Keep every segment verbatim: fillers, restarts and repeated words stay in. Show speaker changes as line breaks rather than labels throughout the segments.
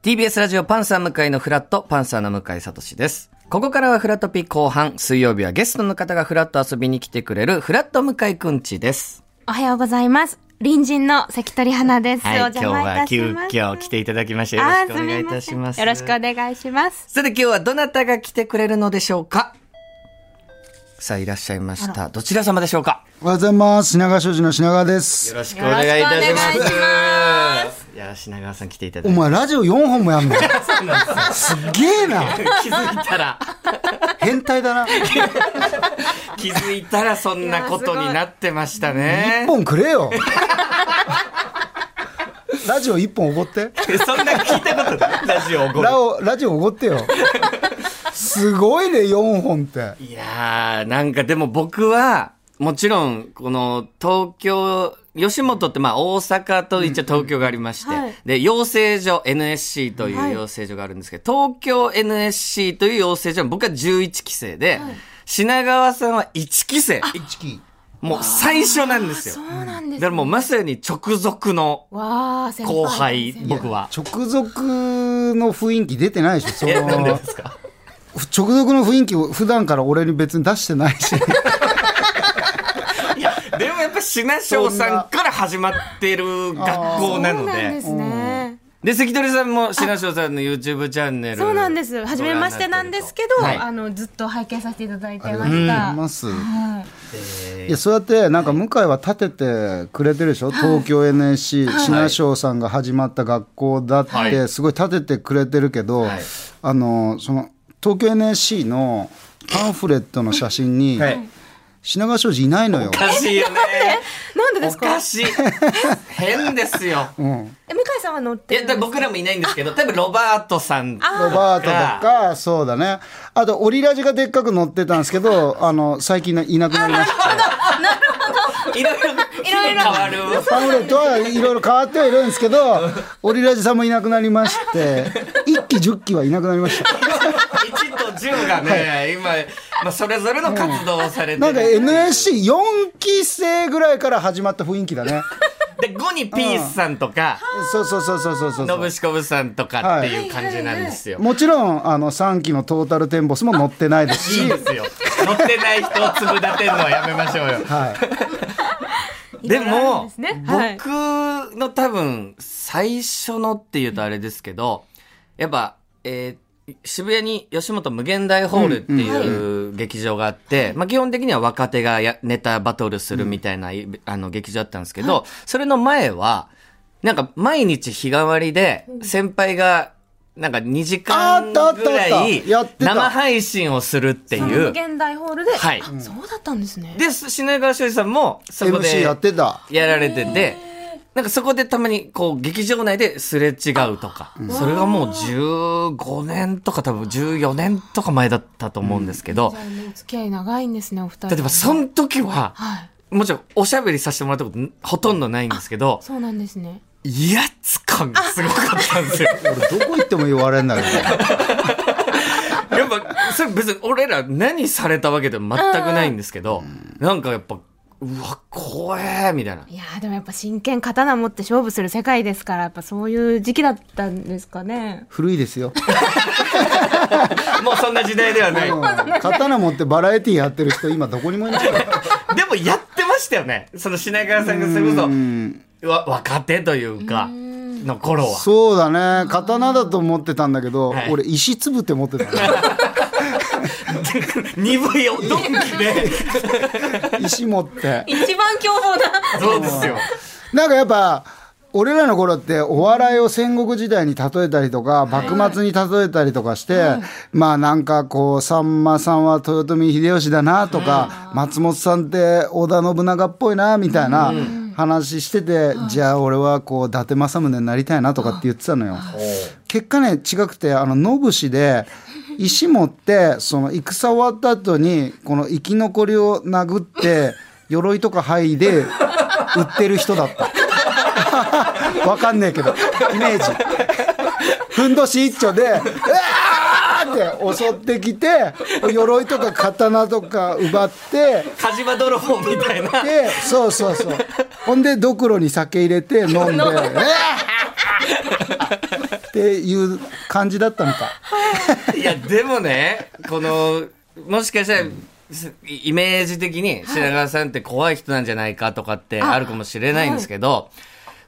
ティービーエス ラジオパンサー向井のフラット、パンサーの向井聡です。ここからはフラトピ後半、水曜日はゲストの方がフラット遊びに来てくれるフラット向井くんちです。
おはようございます。隣人の関取花です。
はい、
お邪魔いたします。
今日は急遽来ていただきましてよろしくお願いいたします。
よろしくお願いします。
それで今日はどなたが来てくれるのでしょうか。さあいらっしゃいました。どちら様でしょうか。
おはようございます。品川庄司の品川です。
よろしくお願いいたします。
よろしくお願いします。
いや品川さん来ていただいて。
お前ラジオよんほんもやんの。
そうなんですよ。
すげえな。
気づいたら
変態だな。
気づいたらそんなことになってましたね。
一本くれよ。ラジオ一本おごって。
そんな聞いたことない。ラジオおごる。
ラ, ラジオおごってよ。すごいねよんほんって。
いやーなんかでも僕はもちろんこの東京吉本ってまあ大阪と一応東京がありまして、うんうんはい、で養成所 エヌエスシー という養成所があるんですけど、はい、東京 エヌエスシー という養成所は僕はじゅういちき生で、はい、品川さんはいちき生。
いちき
もう最初なんですよ。
そうなんですね。
だからもうまさに直属の後輩、僕は。
直属の雰囲気出てないでしょ。その
なんでですか。
直属の雰囲気を普段から俺に別に出してないし。
いやでもやっぱ品庄さんから始まってる学校なので。そうなんですね。で関取さんも品庄さんの YouTube チャンネル。
そうなんです。初めましてなんですけど、はい、あのずっと拝見させていただいてました。
あります。はい、いやそうやってなんか向井は立ててくれてるでしょ。はい、東京 エヌエスシー、はい、品庄さんが始まった学校だってすごい立ててくれてるけど、はい、あのその東京 エヌエスシー のパンフレットの写真に、はい、品川庄司いないのよ。
おかしいよね。
なんでですか。
おかしい。変ですよ。
うん、え向井さんは乗ってるんですか。
いや僕らもいないんですけど、多分ロバートさんとか。
ロバートとかそうだね。あとオリラジがでっかく乗ってたんですけど、あの最近いなくなりました。
なるほど。
いろいろ変わる。
パンフレットはいろいろ変わってはいるんですけど、オリラジさんもいなくなりまして、いっきじゅっきはいなくなりました。
いちとじゅうがね、はい、今、まあ、それぞれの活動をされてる、
うん、なんか エヌエスシーよんき生ぐらいから始まった雰囲気だね。
でごにピースさんとか、
うん、そうそうそうそうそうそう
のぶしこぶさんとかっていう感じなんですよ。
はい、もちろんあのさんきのトータルテンボスも乗ってないですし。
いいですよ。乗ってない人を粒立てるのはやめましょうよ。はい。でもで、ね、はい、僕の多分最初のっていうとあれですけど、やっぱ、えー、渋谷に吉本無限大ホールっていう劇場があって、うん、まあ、基本的には若手がやネタバトルするみたいな、うん、あの劇場だったんですけど、はい、それの前はなんか毎日日替わりで先輩がなんかにじかんぐらい生配信をするっていう。
無限大ホールで。
はい。
そうだったんですね。
で、品川庄司さんもそこで
エムシー やってた。
やられてて、なんかそこでたまにこう劇場内ですれ違うとか、それがもうじゅうごねんとか多分じゅうよねんとか前だったと思うんですけど。
じゃあお付き合い長いんですね、お二人。
例えばその時は、はい、もちろんおしゃべりさせてもらったことほとんどないんですけど。
そうなんですね。
威圧感がすごかったんですよ。
俺どこ行っても言われんだけど。
やっぱそれ別に俺ら何されたわけでも全くないんですけど、なんかやっぱうわ怖えみたいな。
いやでもやっぱ真剣刀持って勝負する世界ですから、やっぱそういう時期だったんですかね。
古いですよ。
もうそんな時代ではない。
うん、刀持ってバラエティやってる人今どこにもいない。
でもやってましたよね。その品川さんがそれこそわ若手というかの頃は。
そうだね。刀だと思ってたんだけど、はい、俺石つぶって持ってたね。
鈍いよドンキで
石持って
一番凶暴だ。
そうですよ。
なんかやっぱ俺らの頃ってお笑いを戦国時代に例えたりとか、幕末に例えたりとかして、はい、まあなんかこうさんまさんは豊臣秀吉だなとか、松本さんって織田信長っぽいなみたいな話してて、じゃあ俺はこう伊達政宗になりたいなとかって言ってたのよ。結果ね違くて、あの野武で石持ってその戦終わった後にこの生き残りを殴って鎧とか剥いで売ってる人だった。わかんねえけどイメージふんどし一丁でうわーって襲ってきて鎧とか刀とか奪って
火事場泥棒みたいな
でそうそうそうほんでドクロに酒入れて飲んでうわーっていう感じだったのか。
いやでもね、このもしかしたら、うん、イメージ的に品川さんって怖い人なんじゃないかとかってあるかもしれないんですけど、はい、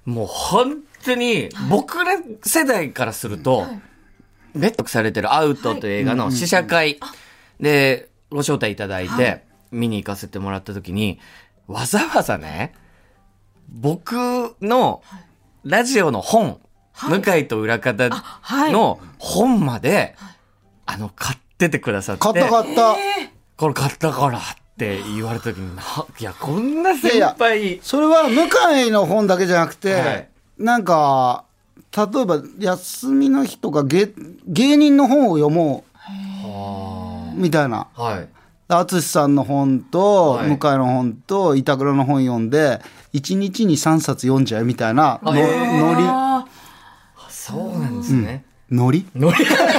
もう本当に僕ら世代からすると、はい、ネットされてるアウトという映画の試写会でご招待いただいて見に行かせてもらった時に、わざわざね、僕のラジオの本、はい、向井と裏方の本まで、はい、あの買っててくださって、
買った買った、
これ買ったからって言われた時に、いやこんな先輩、いや
それは向井の本だけじゃなくて、はい、なんか例えば休みの日とか 芸, 芸人の本を読もうみたいな、淳さんの本と、はい、向井の本と板倉の本読んでいちにちにさんさつ読んじゃうみたいなのノリ。
そうなんですね、
うん、ノリノリ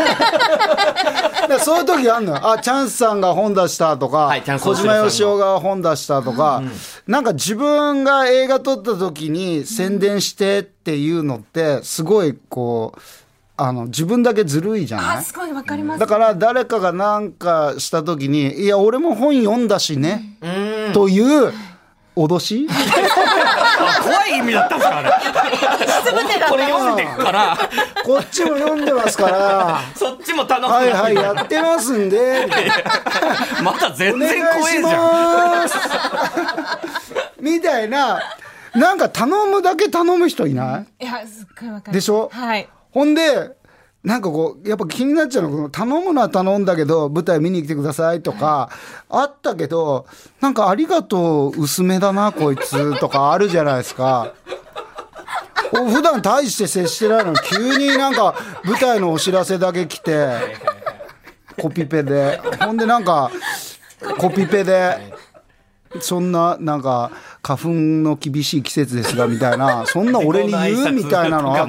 そういう時あるのよ。あ、チャンスさんが本出したとか、はい、小島よしおが本出したとか、うん、なんか自分が映画撮った時に宣伝してっていうのってすごいこうあの自分だけずるいじゃない。
あ、すごいわかります。
だから誰かがなんかした時に、いや俺も本読んだしね、うん、という脅し
怖い意味だったんですかあれ。これ読んでから、
こっちも読んでますから
そっちも頼む、
はいはいやってますんで
まだ全然怖いじゃん
みたいな、なんか頼むだけ頼む人いない？
いや、すっごいわかる
でしょ、
はい、
ほんでなんかこうやっぱ気になっちゃうの、頼むのは頼んだけど舞台見に来てくださいとかあったけど、なんかありがとう薄めだなこいつとかあるじゃないですか。普段大して接してないのに急になんか舞台のお知らせだけ来てコピペで、ほんでなんかコピペでそんななんか花粉の厳しい季節ですがみたいな、そんな俺に言うみたいなのあって、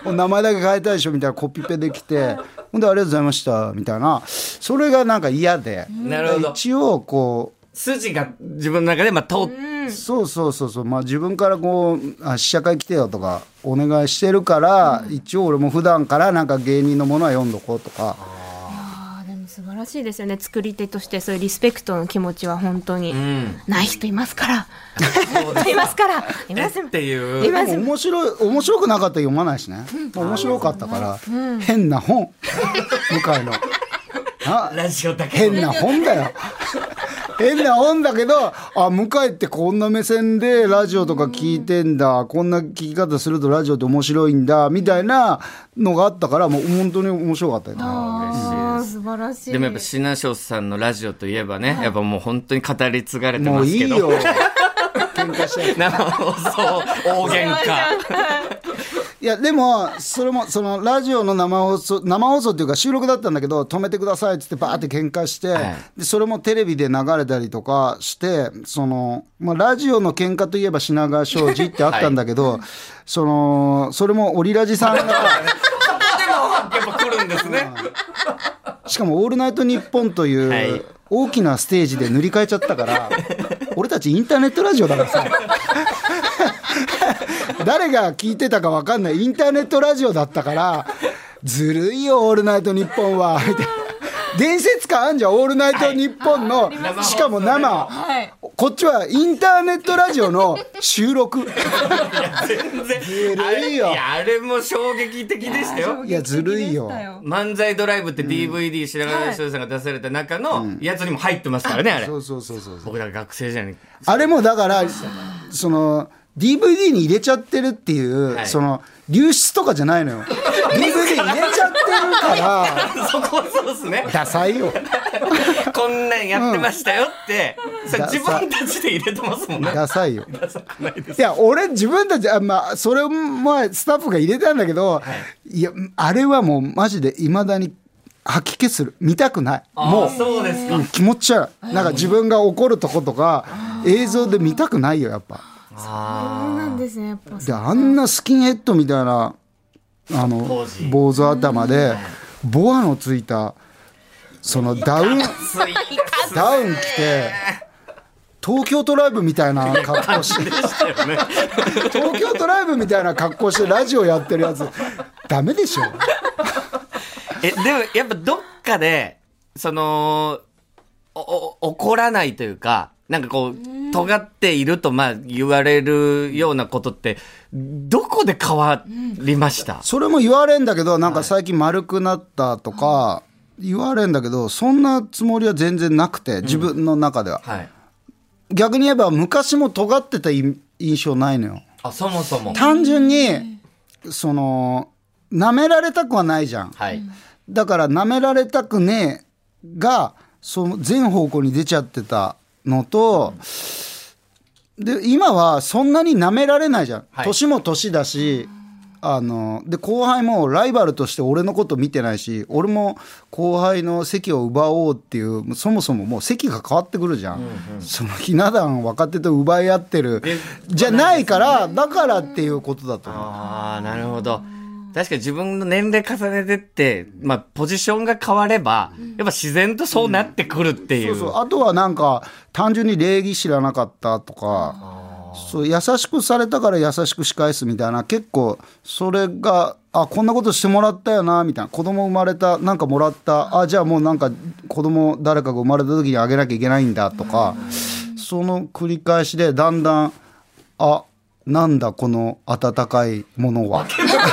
名前だけ変えたいでしょみたいなコピペできて、ほんでありがとうございましたみたいな、それがなんか嫌で、
なるほど、
一応こう
筋が自分の中でまあ通って、
そうそうそうそう、まあ自分からこうあ試写会来てよとかお願いしてるから、うん、一応俺も普段からなんか芸人のものは読んどこうとか。
素晴らしいですよね。作り手としてそういうリスペクトの気持ちは本当にない人いますから、うん、いますからいます
っていう。
でも面白い面白くなかったら読まないしね、うん、面白かったから、うん、変な本向井の
あラジオだけ
変な本だよ変な本だけど、あ、向井ってこんな目線でラジオとか聞いてんだ、こんな聞き方するとラジオって面白いんだみたいなのがあったから、もう本当に面白かったよね。
あ、嬉しいです。素晴らしい。
でもやっぱ品庄さんのラジオといえばね、やっぱもう本当に語り継がれてますけど、もういいよ喧嘩しちゃう生放送大喧嘩
いやでもそれもそのラジオの生放送生放送っていうか収録だったんだけど、止めてくださいっつってバーって喧嘩して、はい、でそれもテレビで流れたりとかして、その、まあ、ラジオの喧嘩といえば品川庄司ってあったんだけど、はい、そのそれもオリラジさんがでもや
っぱ来るんですね
しかもオールナイトニッポンという、はい、大きなステージで塗り替えちゃったから俺たちインターネットラジオだからさ誰が聞いてたか分かんないインターネットラジオだったから、ずるいよオールナイトニッポンはみたいな伝説感あんじゃん、オールナイトニッポンの、はい、しかも生、はい、こっちはインターネットラジオの収録いや
全然ずるいよ。いやあれも衝撃的でしたよ。
いやずるいよ。
漫才ドライブって ディーブイディー 白川庄司さんが出された中のやつにも入ってますからね、あれ。
そうそうそうそう。
僕ら学生じゃない。
あれもだからそのディーブイディー に入れちゃってるっていう、はい、その流出とかじゃないのよディーブイディー 入れちゃってるから
そこはそうですね、
ダサいよ
こんなんやってましたよって、うん、それ自分たちで入れてますもんね。
ダサいよ。
ダサくないです。
いや俺自分たちあ、まあ、それもスタッフが入れたんだけど、はい、いやあれはもうマジでいまだに吐き気する、見たくない。もう
そうですか、
うん、気持ち悪い。なんか自分が怒るとことか映像で見たくないよやっぱ。
あそうなんですね。やっぱ
であんなスキンヘッドみたいなあの坊主頭でボアのついたそのダウンダウン着て東京都ライブみたいな格好して東京都ライブみたいな格好してラジオやってるやつダメでしょ。
えでもやっぱどっかでそのおお怒らないというか、なんかこう尖っているとまあ言われるようなことってどこで変わりました？
それも言われんだけど、なんか最近丸くなったとか言われんだけど、そんなつもりは全然なくて、自分の中では、うん、はい、逆に言えば昔も尖ってた印象ないのよ。
あ、そもそも
単純にその舐められたくはないじゃん、はい、だから舐められたくねえがその全方向に出ちゃってたのと、うん、で今はそんなに舐められないじゃん、はい、年も年だし、あので後輩もライバルとして俺のこと見てないし、俺も後輩の席を奪おうっていう、そもそももう席が変わってくるじゃん、うんうん、そのひな壇若手と奪い合ってるじゃないから、だからっていうことだと思う。
ああ、なるほど。確かに自分の年齢重ねてって、まあ、ポジションが変われば、やっぱ自然とそうなってくるっていう。
うん、そうそう。あとはなんか、単純に礼儀知らなかったとか、そう優しくされたから優しく仕返すみたいな、結構、それが、あ、こんなことしてもらったよな、みたいな。子供生まれた、なんかもらった、あ、じゃあもうなんか、子供誰かが生まれた時にあげなきゃいけないんだとか、その繰り返しで、だんだん、あ、なんだこの温かいものは。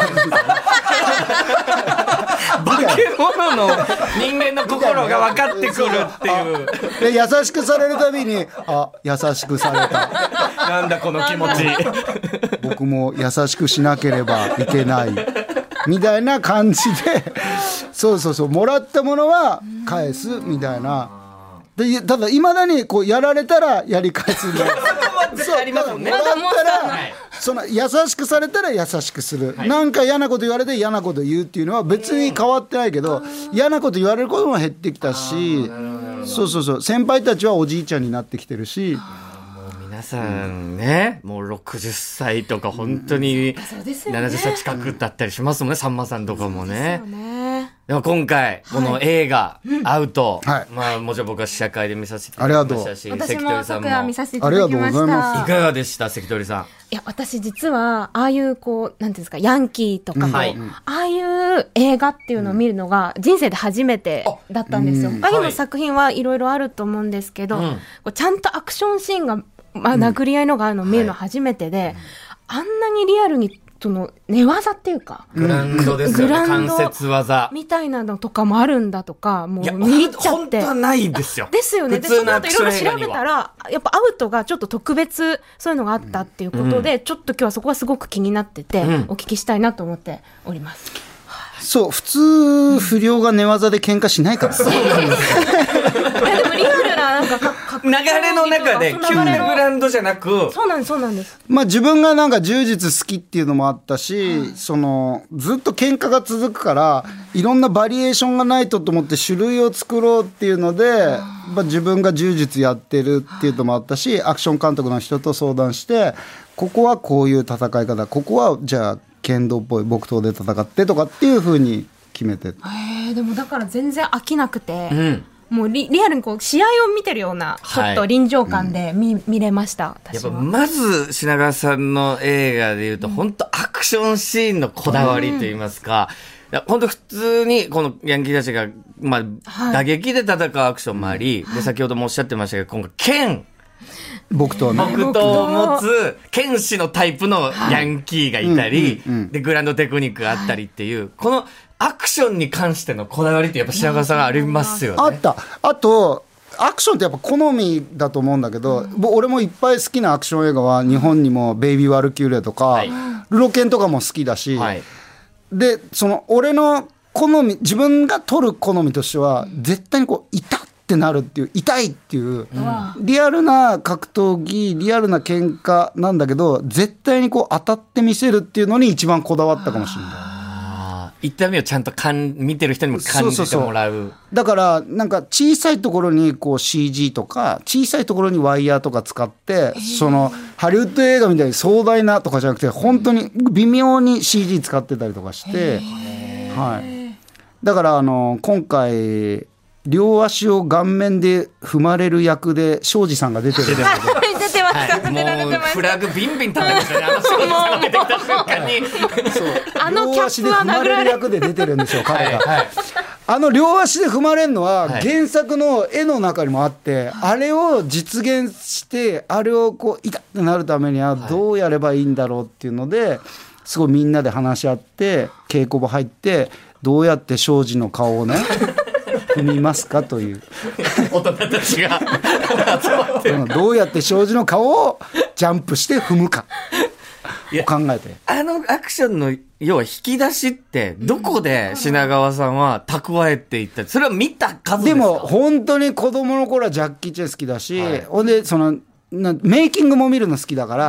化け物の人間の心が分かってくるっていう
で、優しくされるたびに、あ、優しくされた、
なんだこの気持ち、
僕も優しくしなければいけないみたいな感じで、そうそうそう、もらったものは返すみたいな。でただいまだにこうやられたらやり返すんだよ。
そうありますもんね。
もらったらその優しくされたら優しくする、はい、なんか嫌なこと言われて嫌なこと言うっていうのは別に変わってないけど、嫌なこと言われることも減ってきたし、そうそうそう、先輩たちはおじいちゃんになってきてるし、
皆さんね、もうろくじゅっさいとか本当にななじゅっさい近くだったりしますもんね、さんまさんとかもね。でも今回この映画「アウト」、はい、まあもちろん僕は試写会で見させていただきましたし、
私も昨夜見させていただきました。
いかがでした関取さん？
いや、私実はああいうこうなんていうんですか、ヤンキーとか、うん、はい、ああいう映画っていうのを見るのが人生で初めてだったんですよ。うん、ああいうの作品はいろいろあると思うんですけど、はい、こうちゃんとアクションシーンが、まあ、殴り合いのがあるのを見るの初めてで、うん、はい、あんなにリアルにその寝技っていうか
グランドですよね、関節技
みたいなのとかもあるんだとか、もう見入っちゃって、
本当はないですよ。
ですよね。でその後いろいろ調べたら、やっぱアウトがちょっと特別そういうのがあったっていうことで、うん、ちょっと今日はそこがすごく気になってて、うん、お聞きしたいなと思っております。
そう、普通不良が寝技で喧嘩しないから。そうなんですよ。
でもリアルななんかか
流れの中で急なグラウンドじゃなく、
そうなんですそうなんです。
まあ自分がなんか柔術好きっていうのもあったし、うん、そのずっと喧嘩が続くから、いろんなバリエーションがないとと思って種類を作ろうっていうので、まあ、自分が柔術やってるっていうのもあったし、アクション監督の人と相談して、ここはこういう戦い方、ここはじゃあ剣道っぽい木刀で戦ってとかっていう風に決めて。へ
え、でもだから全然飽きなくて、うん、もう リ, リアルにこう試合を見てるようなちょっと臨場感で 見,、はい、見れました。
私はやっぱまず品川さんの映画でいうと、うん、本当アクションシーンのこだわりといいますか、うん、本当普通にこのヤンキーたちが、まあはい、打撃で戦うアクションもあり、うん、で先ほどもおっしゃってましたけど、今回剣
木刀ね、
木刀を持つ剣士のタイプのヤンキーがいたり、はいうんうんうん、でグランドテクニックがあったりっていう、はい、このアクションに関してのこだわりってやっぱ品川さんがありますよね。
あった。あとアクションってやっぱ好みだと思うんだけど、うん、俺もいっぱい好きなアクション映画は日本にもベイビー・ワルキューレとか、はい、ルロケンとかも好きだし、はい、でその俺の好み、自分が撮る好みとしては、絶対にこういたってなるっていう、痛いっていう、うん、リアルな格闘技、リアルな喧嘩なんだけど、絶対にこう当たってみせるっていうのに一番こだわったかもしれない。
痛みをちゃんとかん見てる人にも感じてもらう。そうそうそう、
だからなんか小さいところにこう シージー とか小さいところにワイヤーとか使って、そのハリウッド映画みたいに壮大なとかじゃなくて、本当に微妙に シージー 使ってたりとかして、はい、だからあの今回両足を顔面で踏まれる役で庄司さんが出てるんですけど
出てました、
はい、もうフラグビンビン食べましたね、あの庄司さんが出てきた瞬間に
あのキャップは
両足で踏まれる役で出てるんですよ彼が、
はいはい、
あの両足で踏まれるのは原作の絵の中にもあって、はい、あれを実現してあれをこう痛ってなるためにはどうやればいいんだろうっていうのですごいみんなで話し合って稽古場入ってどうやって庄司の顔をね踏みますかという
大人たちが集まって
どうやって庄司の顔をジャンプして踏むかを考えて、
あのアクションの要は引き出しってどこで品川さんは蓄えていったそれは見た数ですか？
でも本当に子供の頃はジャッキー・チェン好きだし、はい、ほんでそのなメイキングも見るの好きだから、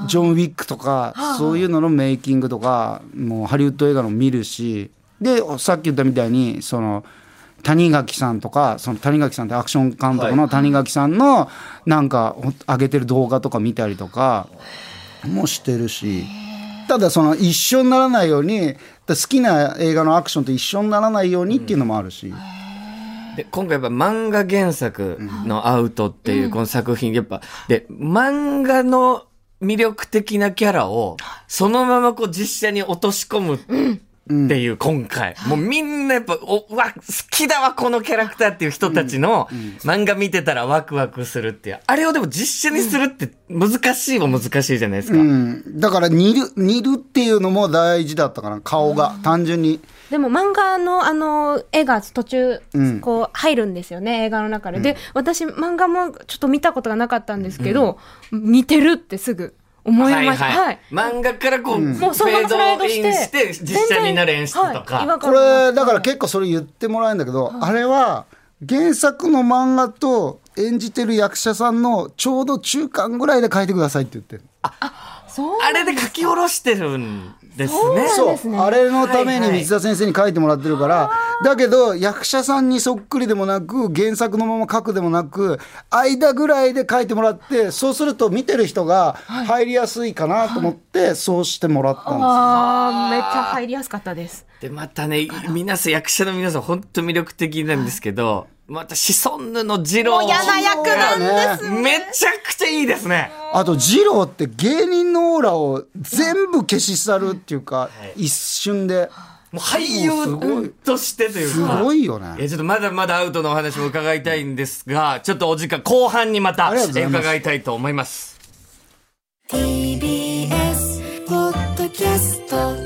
ジョン・ウィックとかそういうののメイキングとかもうハリウッド映画の見るし、でさっき言ったみたいにその谷垣さんとかその谷垣さんってアクション監督の谷垣さんのなんか上げてる動画とか見たりとかもしてるし、ただその一緒にならないように好きな映画のアクションと一緒にならないようにっていうのもあるし、
うん、で今回やっぱ漫画原作のアウトっていうこの作品やっぱで漫画の魅力的なキャラをそのままこう実写に落とし込む、うんっていう今回、うん、もうみんなやっぱおうわ好きだわこのキャラクターっていう人たちの漫画見てたらワクワクするっていうあれをでも実写にするって難しいも難しいじゃないですか、うん、
だから似る似るっていうのも大事だったかな顔が、うん、単純に
でも漫画のあの絵が途中こう入るんですよね、うん、映画の中で、で私漫画もちょっと見たことがなかったんですけど、うん、似てるってすぐ思いました、はいはい、
漫画からこう、うん、もうそのままスライドしてして実写になる演出とか、はい、
これだから結構それ言ってもらえるんだけど、はい、あれは原作の漫画と演じてる役者さんのちょうど中間ぐらいで書いてくださいって言ってる。
ああそうあれで書き下ろしてるんですね。
そう、あれのために水田先生に書いてもらってるから、はいはい、だけど役者さんにそっくりでもなく原作のまま書くでもなく間ぐらいで書いてもらって、そうすると見てる人が入りやすいかなと思ってそうしてもらったんですよ、
あめっちゃ入りやすかったです。
でまたね皆さん役者の皆さん本当魅力的なんですけど、またシソンヌの二郎
嫌な役なんです、
ね、めちゃくちゃいいですね。
あと二郎って芸人のオーラを全部消し去るっていうか、はい、一瞬で
もう俳優としてというか
すごいよね。
いやちょっとまだまだアウトのお話も伺いたいんですが、ちょっとお時間後半にまた伺いたいと思います。 ティービーエス ポッドキャスト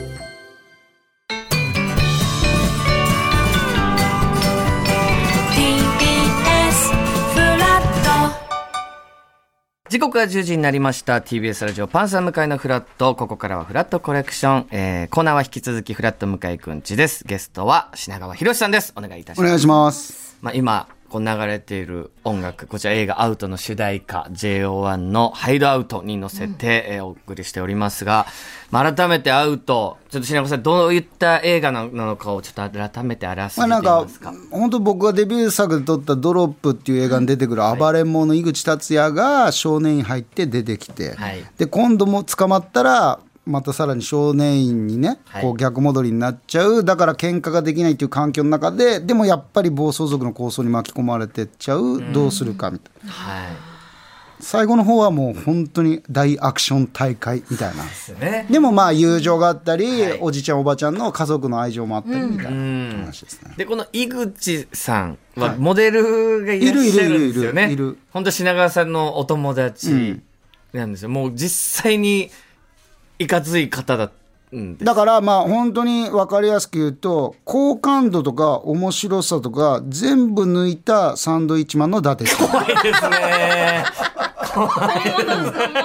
時刻はじゅうじになりました。 ティービーエス ラジオパンサー向井のフラット、ここからはフラットコレクション、えー、コーナーは引き続きフラット向井くんちです。ゲストは品川博さんです。お願いいたします。
お願いします。
まあ、今こう流れている音楽、こちら映画アウトの主題歌 ジェイオーワン のハイドアウトに乗せて、うん、えー、お送りしておりますが、まあ、改めてアウトちょっと品川さんどういった映画なのかをちょっと改めてあらすじていますか。
まあ、なんか本当僕がデビュー作で撮ったドロップっていう映画に出てくる暴れん坊の井口達也が少年院入って出てきて、はい、で今度も捕まったらまたさらに少年院にね、はい、こう逆戻りになっちゃう。だから喧嘩ができないっていう環境の中で、でもやっぱり暴走族の抗争に巻き込まれてっちゃう、うん、どうするかみたいな、はい、最後の方はもう本当に大アクション大会みたいなです、ね、でもまあ友情があったり、はい、おじちゃんおばちゃんの家族の愛情もあったりみたいな話ですね、うん、
でこの井口さんはモデルがいらっしゃるんですよね、はい、いるいるいるいる。本当品川さんのお友達なんですよ、うん、もう実際にいかつい方だ、うん、
だからまあ本当に分かりやすく言うと好感度とか面白さとか全部抜いたサンドイッチマンの伊達さん。
怖いですね。怖いですね。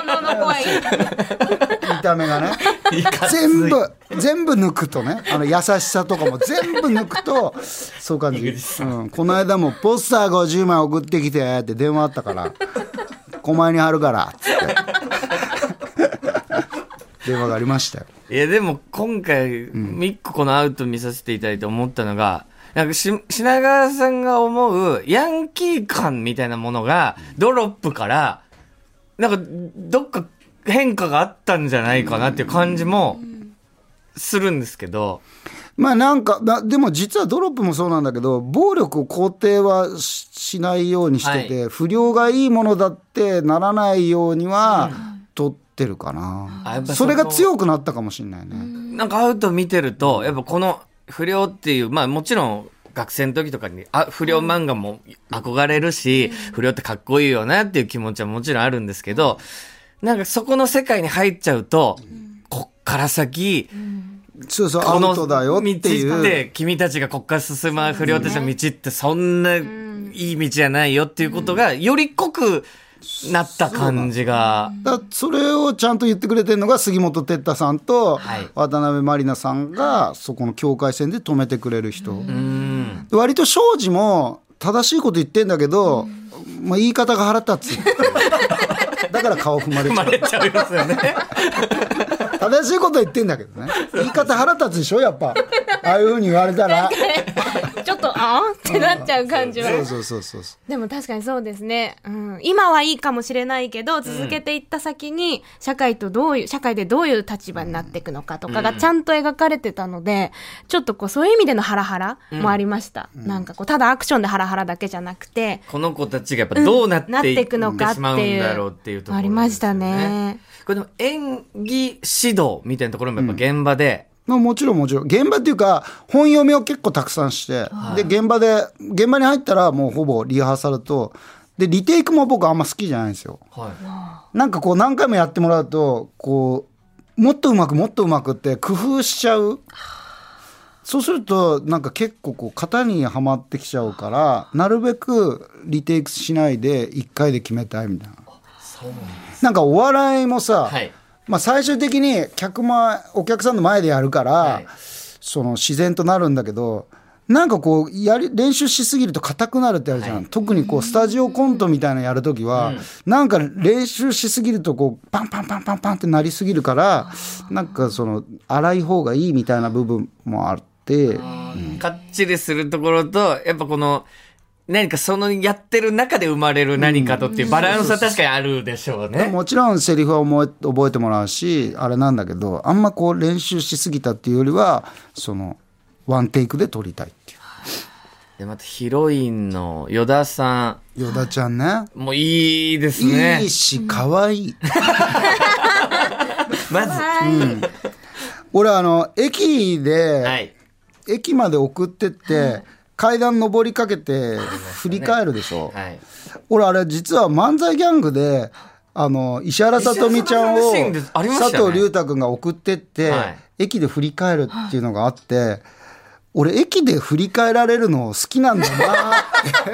見た目がね全部全部抜くとね、あの優しさとかも全部抜くとそういう感じ、うん、この間もポスターごじゅうまい送ってきてって電話あったから狛江に貼るからっつって電話がありましたよ。
いやでも今回、うん、みっここのアウト見させていただいて思ったのが、なんかし品川さんが思うヤンキー感みたいなものがドロップからなんかどっか変化があったんじゃないかなっていう感じもするんですけど、
まあなんかでも実はドロップもそうなんだけど暴力を肯定はしないようにしてて、はい、不良がいいものだってならないようには取ってるかな、うん、それが強くなったかもしれないね。
なんかアウト見てるとやっぱこの不良っていうまあもちろん学生の時とかにあ不良漫画も憧れるし、うん、不良ってかっこいいよなっていう気持ちはもちろんあるんですけど、なんかそこの世界に入っちゃうと、うん、こっから先、うん
そうそうアウトだよっていう
道って君たちがこっから進ま不良たちの道ってそんないい道じゃないよっていうことがより濃くなった感じが、
だそれをちゃんと言ってくれてるのが杉本哲太さんと渡辺満里奈さんがそこの境界線で止めてくれる人、うん、割と庄司も正しいこと言ってんだけど、まあ、言い方が腹立つだから顔踏まれちゃう
踏まれちゃいますよね
正しいこと言ってんだけどね言い方腹立つでしょやっぱああいう風に言われたら
ちょっとあーってなっちゃう感じは、
うん、そうそうそうそう
でも確かにそうですね、うん、今はいいかもしれないけど続けていった先に社会とどういう社会でどういう立場になっていくのかとかがちゃんと描かれてたので、ちょっとこうそういう意味でのハラハラもありました、うん、なんかこうただアクションでハラハラだけじゃなくて
この子たちがやっぱどうなっていくのかっていうあ
りましたね。
これでも演技指導みたいなところもやっぱ現場で、
うん、もちろんもちろん現場っていうか本読みを結構たくさんして、はい、で現場で現場に入ったらもうほぼリハーサルとでリテイクも僕あんま好きじゃないんですよ、はい、なんかこう何回もやってもらうとこうもっとうまくもっとうまくって工夫しちゃう。そうするとなんか結構こう型にはまってきちゃうからなるべくリテイクしないでいっかいで決めたいみたいな。そうなんです。なんかお笑いもさ、はい、まあ、最終的に客前お客さんの前でやるから、はい、その自然となるんだけどなんかこうやり練習しすぎると硬くなるってあるじゃん、はい、特にこうスタジオコントみたいなのやるときは、うん、なんか練習しすぎるとこうパンパンパンパンパンってなりすぎるからなんかその荒い方がいいみたいな部分もあって、うん、
かっちりするところとやっぱこの何かそのやってる中で生まれる何かとっていうバランスは確かにあるでしょうね。
もちろんセリフは覚え、覚えてもらうしあれなんだけどあんまこう練習しすぎたっていうよりはそのワンテイクで撮りたいっていう。
でまたヒロインの依田さ
ん依田ちゃんね
もういいですね。
いいし可愛い
まず、
うん、俺あの駅で、はい、駅まで送ってって、はい、階段登りかけて振り返るでしょ、はい、俺あれ実は漫才ギャングであの石原さとみちゃんを佐藤隆太君が送ってって、はい、駅で振り返るっていうのがあって、はい、俺駅で振り返られるの好きなんだな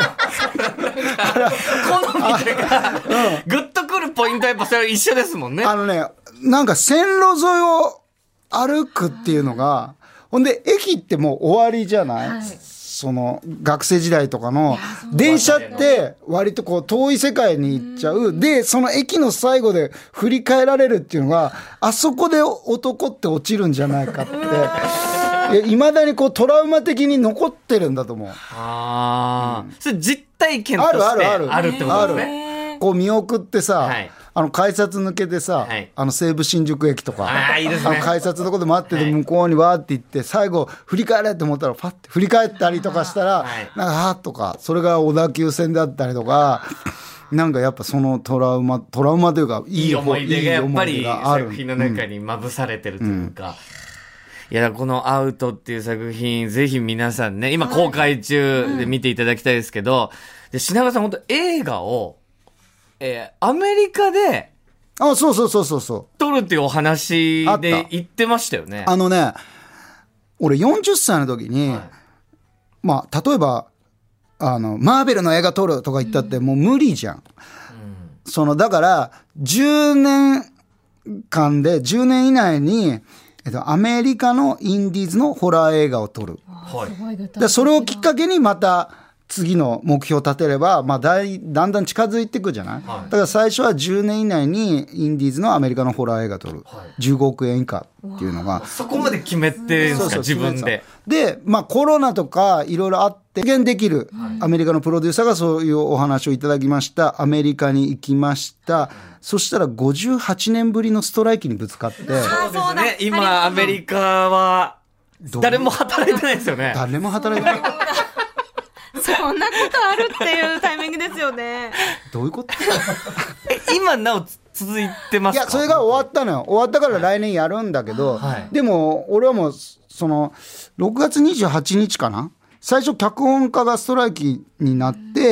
好みがグッとくるポイントはやっぱそれは一緒ですもんね。
あのねなんか線路沿いを歩くっていうのがほんで駅ってもう終わりじゃない、はい、その学生時代とかの電車って割とこう遠い世界に行っちゃう。でその駅の最後で振り返られるっていうのがあそこで男って落ちるんじゃないかっていまだにこうトラウマ的に残ってるんだと思う。
あ、うん、それ実体験としてあるあるあるってことですね。
こう見送ってさ、はい、あの改札抜けてさ、はい、あの西武新宿駅とか
あ, いいです、ね、
あの改札のとこで待ってて向こうにわーって行って最後振り返れって思ったらパッて振り返ったりとかしたら、はい、なんかはーとかそれが小田急線だったりとかなんかやっぱそのトラウマトラウマというか
いい思い出がやっぱり作品の中にまぶされてるというか、うんうん、いやこのアウトっていう作品ぜひ皆さんね今公開中で見ていただきたいですけど、で品川さん本当映画をえー、アメリカで
あそうそうそうそうそう
撮るっていうお話で言ってましたよね。
あのね俺よんじゅっさいの時に、はい、まあ例えばあのマーベルの映画撮るとか言ったってもう無理じゃん、うん、そのだからじゅうねんかんでじゅうねん以内に、えっと、アメリカのインディーズのホラー映画を撮る、はい、でそれをきっかけにまた次の目標を立てれば、まあ、だ, いだんだん近づいていくじゃない、はい、だから最初はじゅうねん以内にインディーズのアメリカのホラー映画撮る、はい、じゅうごおくえん以下っていうのが
そこまで決めてるんですか、そうそう自分で。
で、まあ、コロナとかいろいろあって実現できる、はい、アメリカのプロデューサーがそういうお話をいただきました。アメリカに行きました、うん、そしたらごじゅうはちねんぶりのストライキにぶつかって。
そうですね今アメリカは誰も働いてないですよね。
誰も働いてない。
そんなことあるっていうタイミングですよね。
どういうこと
え今なお続いてますか？
いや、それが終わったのよ。終わったから来年やるんだけど、はい、でも俺はもうそのろくがつにじゅうはちにちかな、最初脚本家がストライキになって、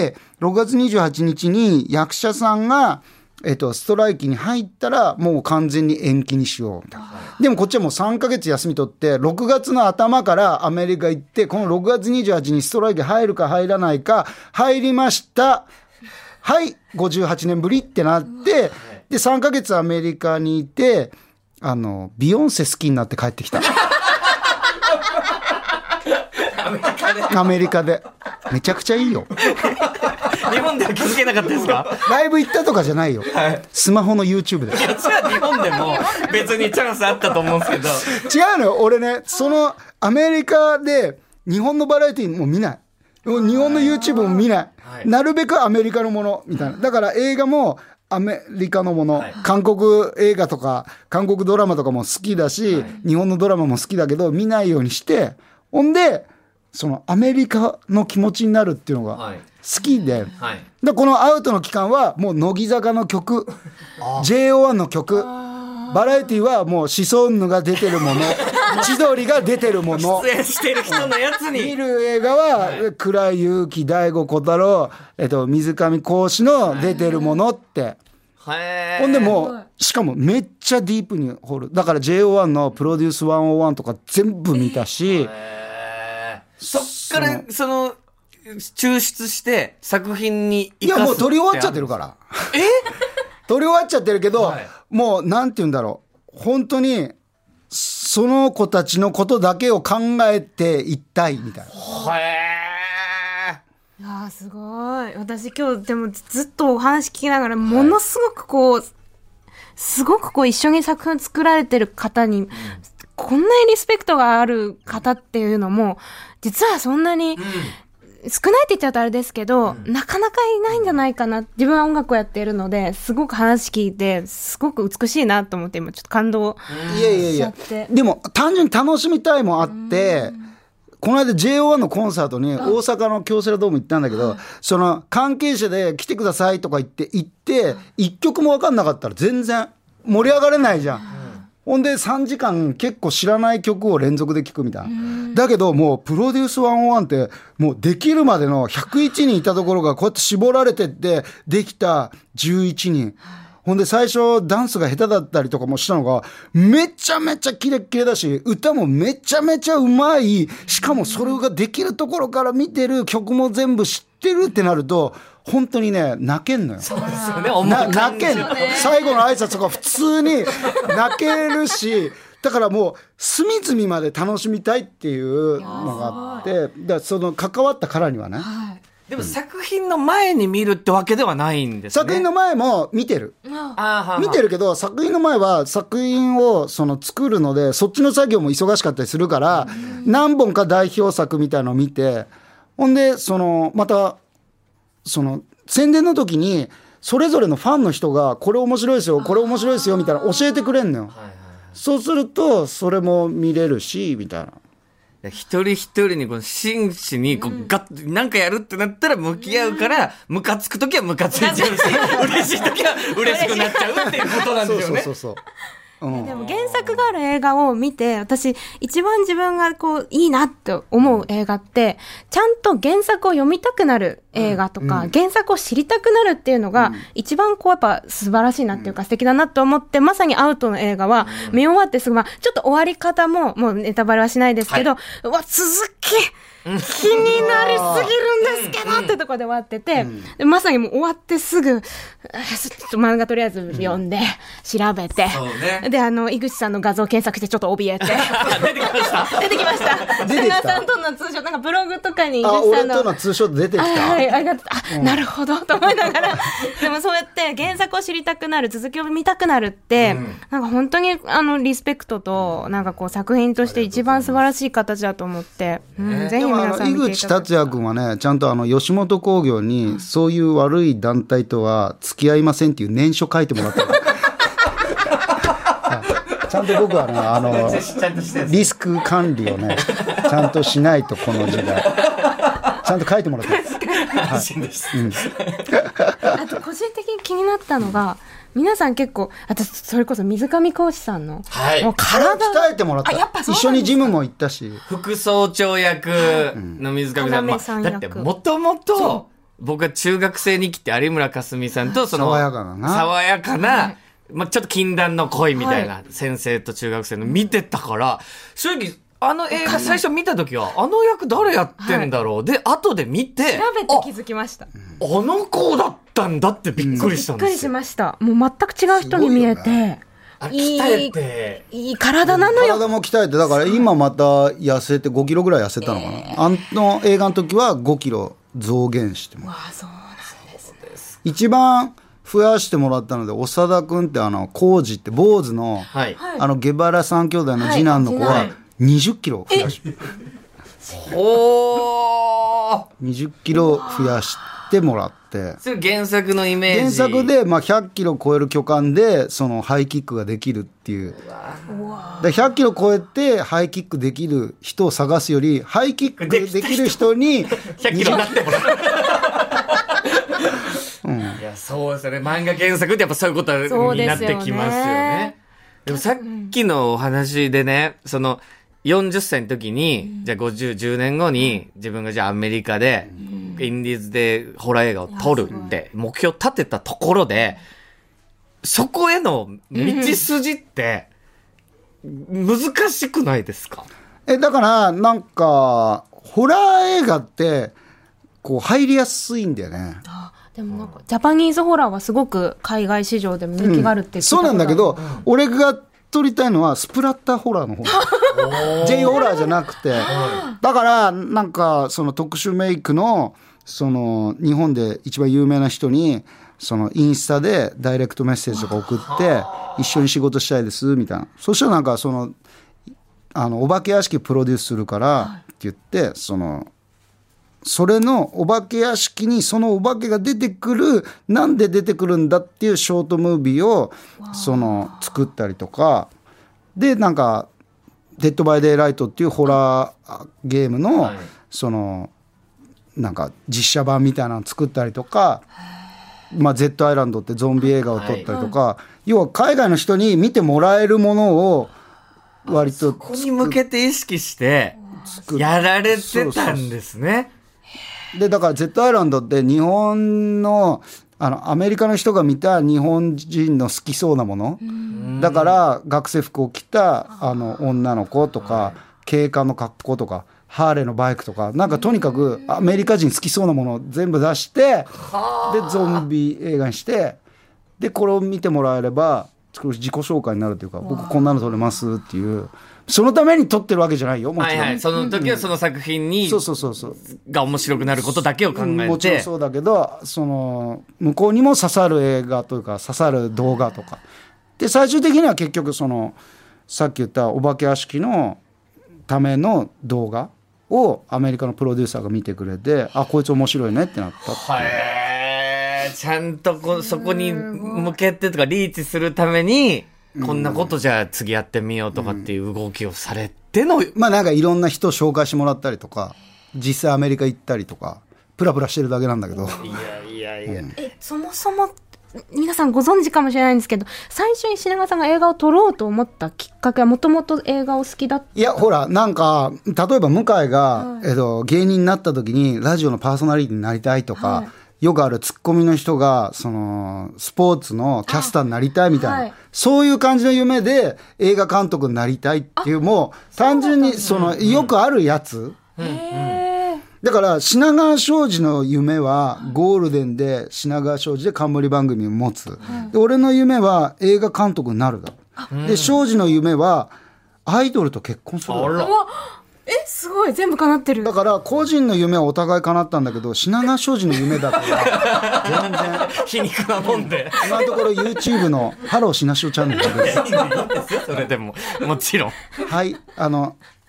ろくがつにじゅうはちにちに役者さんがえっと、ストライキに入ったらもう完全に延期にしようみたいな。でもこっちはもうさんかげつ休み取ってろくがつの頭からアメリカ行って、このろくがつにじゅうはちにちにストライキ入るか入らないか、入りました、はいごじゅうはちねんぶりってなって、でさんかげつアメリカにいて、あのビヨンセ好きになって帰ってきた。アメリカでアメリカでめちゃくちゃいいよ。
日本では気づけなかったですか？
ライブ行ったとかじゃないよ、はい、スマホの YouTube で。
いや、じゃあ日本でも別にチャンスあったと思うんですけど。
違うのよ、俺ね、そのアメリカで日本のバラエティも見ない、日本の YouTube も見ない、はい、なるべくアメリカのものみたいな。だから映画もアメリカのもの、はい、韓国映画とか韓国ドラマとかも好きだし、はい、日本のドラマも好きだけど見ないようにして、ほんでそのアメリカの気持ちになるっていうのが、はい、好きで、はい、でこのアウトの期間はもう乃木坂の曲、 ジェイオーワン の曲、バラエティはもうシソンヌが出てるもの、千鳥が出てるもの、
出演してる人のやつに
見る映画は、はい、倉井祐希、大悟小太郎、えっと、水上講師の出てるものって、はい、ほんでもうしかもめっちゃディープに掘る。だから ジェイオーワン のプロデュースひゃくいちとか全部見たし、
そっからその抽出して作品に生かす。
いやもう撮り終わっちゃってるから。
え
撮り終わっちゃってるけど、はい、もうなんて言うんだろう、本当にその子たちのことだけを考えていったいみたいな。
へー、いやすごい。私今日でもずっとお話聞きながらものすごくこう、はい、すごくこう一緒に作品作られてる方に、うん、こんなにリスペクトがある方っていうのも実はそんなに、うん、少ないって言っちゃうとあれですけど、うん、なかなかいないんじゃないかな。自分は音楽をやっているのですごく話聞いてすごく美しいなと思って今ちょっと感動しちゃって。いやいやいや、
でも単純に楽しみたいもあって、この間 ジェイオーワン のコンサートに大阪の京セラドーム行ったんだけど、その関係者で来てくださいとか言って行って一曲も分かんなかったら全然盛り上がれないじゃん。ほんでさんじかん結構知らない曲を連続で聴くみたいな。だけどもうプロデュースひゃくいちってもうできるまでのひゃくいちにんいたところがこうやって絞られてってできたじゅういちにん。ほんで最初ダンスが下手だったりとかもしたのがめちゃめちゃキレッキレだし、歌もめちゃめちゃうまい。しかもそれができるところから見てる、曲も全部知ってるってなると本当にね泣けんのよ。
そうですよね。
な泣けんの。最後の挨拶とか普通に泣けるし、だからもう隅々まで楽しみたいっていうのがあって、だその関わったからにはね、はい、
でも作品の前に見るってわけではないんですね。
作品の前も見てる、あ見てるけど作品の前は作品をその作るのでそっちの作業も忙しかったりするから、何本か代表作みたいのを見て、ほんでそのまたその宣伝の時にそれぞれのファンの人がこれ面白いですよこれ面白いですよみたいな教えてくれんのよ、はいはいはい、そうするとそれも見れるしみたいな。
一人一人にこの真摯にこうガッなんかやるってなったら向き合うから、ムカつくときはムカついちゃうし嬉しいときは嬉しくなっちゃうっていうことなんですよね。そうそうそうそう、
うん、でも原作がある映画を見て私一番自分がこういいなって思う映画ってちゃんと原作を読みたくなる映画とか、うん、原作を知りたくなるっていうのが、うん、一番こうやっぱ素晴らしいなっていうか、うん、素敵だなと思って、まさにアウトの映画は、うん、見終わってすぐ、まあ、ちょっと終わり方ももうネタバレはしないですけど、はい、うわ続き気になりすぎるんですけどってとこで終わってて、うん、でまさにもう終わってすぐちょっと漫画とりあえず読んで、うん、調べて、ね、であの井口さんの画像検索してちょっと怯えて
出てきました
出てきました
出てきた
さんとのツーショットなんかブログとかに井口
さんのあ俺とのツーショット出てきた、
はい、ありがとうあ、うん、なるほどと思いながらでもそうやって原作を知りたくなる続きを見たくなるって、うん、なんか本当にあのリスペクトとなんかこう作品として一番素晴らしい形だと思って、うん、ぜひ皆さん見ていただきたい。井
口達也君はねちゃんとあの吉本興業にそういう悪い団体とは付き合いませんっていう念書書いてもらったちゃんと僕はね、あのリスク管理をねちゃんとしないと、この時代ちゃんと書いてもらってます。
安心です、
うん、あと個人的に気になったのが、皆さん結構、私それこそ水上講師さんの、
はい、もう体鍛えてもらった。やっぱそうなんですか。一緒にジムも行ったし、
副総長役の水上さん、まあ、だってもともと僕は中学生に来て有村架純さんとその
爽やかな
爽やかな、はい、まあ、ちょっと禁断の恋みたいな先生と中学生の見てたから、はい、正直あの映画最初見た時はあの役誰やってんだろう、はい、で後で見て
調べて気づきました。あ、
あの子だったんだってびっくりしたんですよ、うん、
びっくりしました。もう全く違う人に見えて、
いい、鍛えて
いい体なのよ。
体も鍛えて、だから今また痩せてごキロぐらい痩せたのかな、えー、あの映画の時はごキロ増減してもらう。
わあ、そうなんです。
一番増やしてもらったので、長田君ってあの浩二って坊主の、はい、あのゲバラ三兄弟の次男の子はにじゅっキロ増やして、
おー
にじゅっキロ増やしてもらって、
それ原作のイメージ。
原作でまあひゃっキロ超える巨漢でそのハイキックができるっていう。でひゃっキロ超えてハイキックできる人を探すより、ハイキックできる人に
ひゃっキロになってもらう。うん、いやそうですよね。漫画原作ってやっぱそういうことになってきますよね。でもさっきのお話でね、そのよんじゅっさいの時に、うん、じゃあごじゅう、じゅうねんごに自分がじゃあアメリカで、うん、インディーズでホラー映画を撮るって目標立てたところで、そこへの道筋って難しくないですか？
え、だからなんかホラー映画ってこう入りやすいんだよね。
あ、でもなんかジャパニーズホラーはすごく海外市場でも人気があるって言ってた、
うん、そうなんだけど、うん、俺が撮りたいのはスプラッターホラーの方J ホラーじゃなくて、だからなんかその特殊メイクのその日本で一番有名な人にそのインスタでダイレクトメッセージとか送って一緒に仕事したいですみたいな。そしたらなんかそのあのお化け屋敷プロデュースするからって言って、そのそれのお化け屋敷にそのお化けが出てくる、なんで出てくるんだっていうショートムービーをその作ったりとかで、なんかデッドバイデイライトっていうホラーゲームのそのなんか実写版みたいなのを作ったりとか、まあ Z アイランドってゾンビ映画を撮ったりとか、要は海外の人に見てもらえるものを割と
そこに向けて意識してやられてたんですね。
でだから Z アイランドって日本のあのアメリカの人が見た日本人の好きそうなものだから、学生服を着たあの女の子とか警官の格好とかハーレーのバイクとか、なんかとにかくアメリカ人好きそうなものを全部出して、でゾンビ映画にして、でこれを見てもらえれば自己紹介になるというか、僕こんなの撮れますっていう、そのために撮ってるわけじゃないよ、もちろん、はいはい、
その時はその作品に、うん、そうそうそうそうが面白くなることだけを考えて、うん、
もちろんそうだけど、その向こうにも刺さる映画というか刺さる動画とかで、最終的には結局そのさっき言ったお化け屋敷のための動画をアメリカのプロデューサーが見てくれて、あ、こいつ面白いねってなったっていう。
へー、ちゃんとこそこに向けてとかリーチするためにこんなことじゃあ次やってみようとかっていう動きをされての、うん、
まあなんかいろんな人を紹介してもらったりとか、実際アメリカ行ったりとかプラプラしてるだけなんだけど、
いやいやいや、うん、
えそもそも皆さんご存知かもしれないんですけど、最初に品川さんが映画を撮ろうと思ったきっかけはもともと映画を好きだった？
いやほらなんか例えば向井が、はい、えっと、芸人になった時にラジオのパーソナリティになりたいとか、はい、よくあるツッコミの人がそのスポーツのキャスターになりたいみたいな、はい、そういう感じの夢で映画監督になりたいっていう、もう単純にそのよくあるやつ、うんうん、だから品川庄司の夢はゴールデンで品川庄司で冠番組を持つ、うん、で俺の夢は映画監督になるだ、うん、で庄司の夢はアイドルと結婚するだ。
え、すごい、全部叶ってる。
だから個人の夢はお互い叶ったんだけど、品川庄司の夢だから全然
皮肉なもんで、
今のところ YouTube のハローしなしおチャンネルです。
いいんですよそれでももちろん、
はい、あの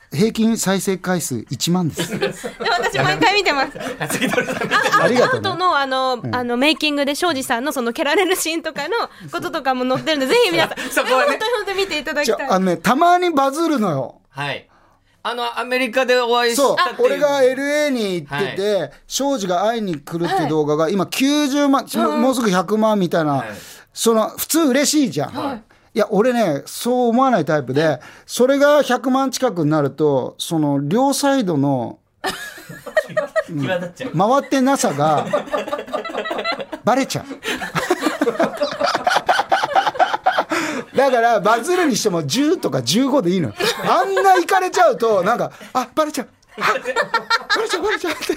平均再生回数いちまんです。
で私毎回見てます。あありがとう、ね、アウトのあの、うん、あのメイキングで庄司さんのその蹴られるシーンとかのこととかも載ってるんでぜひ皆さんそこは、ね、本当に本当に見ていただきたい。
あの、ね、たまにバズるのよ。
はい。あのアメリカでお会いしたっていう。
そう俺が エルエー に行ってて庄司、はい、が会いに来るっていう動画が今きゅうじゅうまん、はい、もうすぐひゃくまんみたいな、はい、その普通嬉しいじゃん。はいいや俺ねそう思わないタイプでそれがひゃくまん近くになるとその両サイドのうん、回ってなさがバレちゃうだからバズるにしてもじゅうとかじゅうごでいいのよ。あんな行かれちゃうとなんかあバレちゃうあバレちゃうバレちゃうって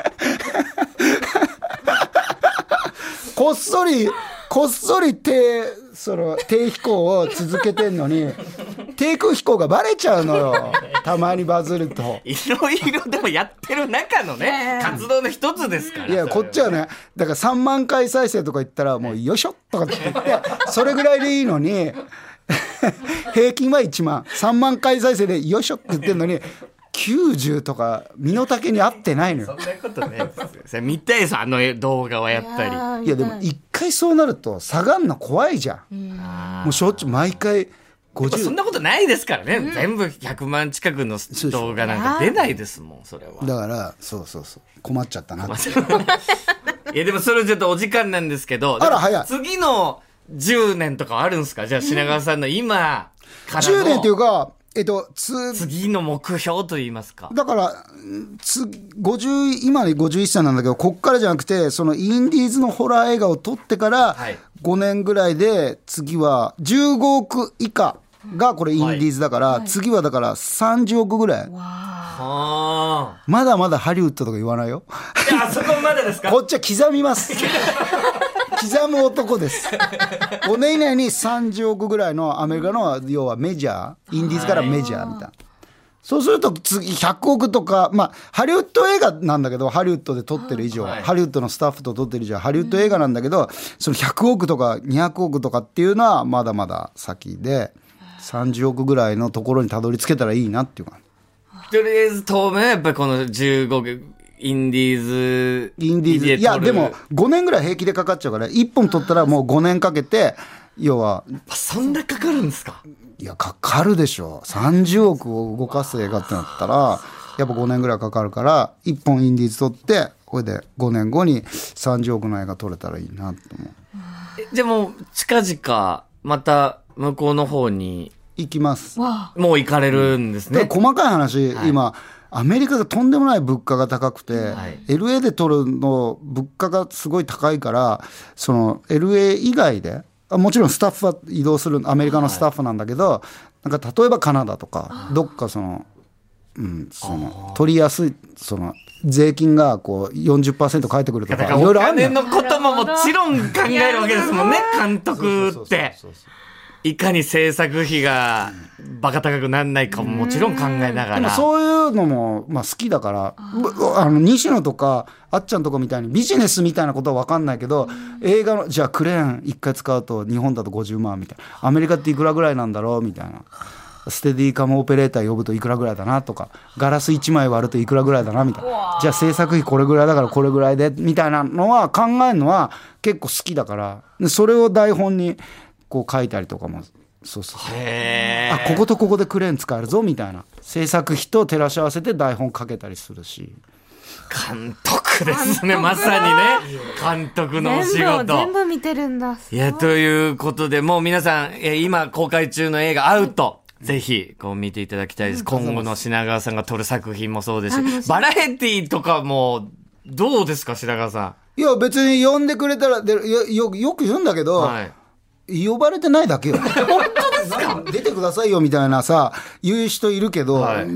こっそりこっそり低その低飛行を続けてんのに低空飛行がバレちゃうのよ。たまにバズると
いろいろでもやってる中のね活動の一つですから。
いやこっちはねだからさんまんかい再生とか言ったらもうよいしょとかって言ってそれぐらいでいいのに平均はいちまんさんまんかい再生でよいしょって言ってんのにきゅうじゅうとか身の丈に合ってないのよ。
そんなことね見たいですあの動画はやっぱ
り。いやでも一回そうなると下がんの怖いじゃん。うんもうしょっちゅう毎回ごじゅう
そんなことないですからね、うん、全部ひゃくまん近くの動画なんか出ないですもんそれは。
だからそうそうそう困っちゃったなってい
やでもそれちょっとお時間なんですけどあら早い次のじゅうねんとかあるんですか。じゃあ品川さんの今からの
じゅうねんっていうかえっと、つ
次の目標といいますか。
だからつごじゅう今ごじゅういっさいなんだけどこっからじゃなくてそのインディーズのホラー映画を撮ってからごねんぐらいで次はじゅうごおく以下がこれインディーズだから、はい、次はだからさんじゅうおくぐらい。わまだまだハリウッドとか言わないよ。
いやあそこまでですか。
こっちは刻みます刻む男ですごねん以内にさんじゅうおくぐらいのアメリカの要はメジャーインディーズからメジャーみたいな、はい、そうすると次ひゃくおくとかまあハリウッド映画なんだけどハリウッドで撮ってる以上、はい、ハリウッドのスタッフと撮ってる以上ハリウッド映画なんだけどそのひゃくおくとかにひゃくおくとかっていうのはまだまだ先でさんじゅうおくぐらいのところにたどり着けたらいいなっていうか。
とりあえず当面やっぱりこのじゅうごおくインディーズ
インディーズいやでもごねんぐらい平気でかかっちゃうからいっぽん取ったらもうごねんかけて要は
そんなかかるんですか。
いやかかるでしょさんじゅうおくを動かす映画ってなったらやっぱごねんぐらいかかるからいっぽんインディーズ取ってこれでごねんごにさんじゅうおくの映画撮れたらいいなと思う。
じゃあもう近々また向こうの方に
行きます。
もう行かれるんですね、
うん、細かい話、はい、今アメリカがとんでもない物価が高くて、はい、エルエー で撮るの物価がすごい高いからその エルエー 以外でもちろんスタッフは移動するアメリカのスタッフなんだけど、はい、なんか例えばカナダとかどっかその、うん、その取りやすいその税金がこう よんじゅっパーセント 返ってくるとかいろいろあるんだよ。
お金のことももちろん考えるわけですもんね監督っていかに制作費がバカ高くならないかももちろん考えながら。
でもそういうのもまあ好きだからあの西野とかあっちゃんとかみたいにビジネスみたいなことは分かんないけど映画のじゃあクレーンいっかい使うと日本だとごじゅうまんみたいなアメリカっていくらぐらいなんだろうみたいなステディカムオペレーター呼ぶといくらぐらいだなとかガラスいちまい割るといくらぐらいだなみたいなじゃあ制作費これぐらいだからこれぐらいでみたいなのは考えるのは結構好きだからでそれを台本にこう書いたりとかもそうそうへあこことここでクレーン使えるぞみたいな制作費と照らし合わせて台本書けたりするし
監督ですねまさにね監督のお仕事
全部見てるんだ。
いやということでもう皆さんえ今公開中の映画アウト、うん、ぜひこう見ていただきたいです、うん、今後の品川さんが撮る作品もそうですしバラエティとかもどうですか品川さ
ん。いや別に呼んでくれたらで よ, よ, よく言うんだけど、はい呼ばれてないだけよ。
本当ですか
出てくださいよみたいなさ言う人いるけど、はい、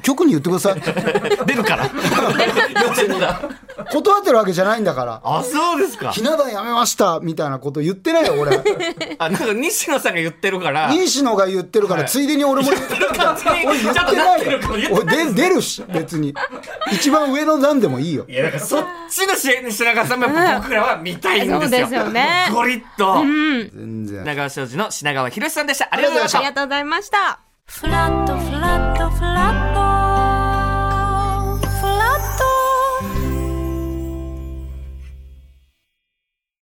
局に言ってください
出るから
断ってるわけじゃないんだから。
あそうですか。
ひな壇やめましたみたいなこと言ってないよ俺
あなんか西野さんが言ってるから
西野が言ってるから、はい、ついでに俺も言ってるから俺言ってないよ俺出るし別に一番上の段でもいいよ。
いやだからそっちの品川さんも僕らは見たいんですよ、うん、そうですよねゴリッと、うん全然長尾商事の品川博さんでした。ありがとうございました。
ありがとうございました。フラットフラットフラット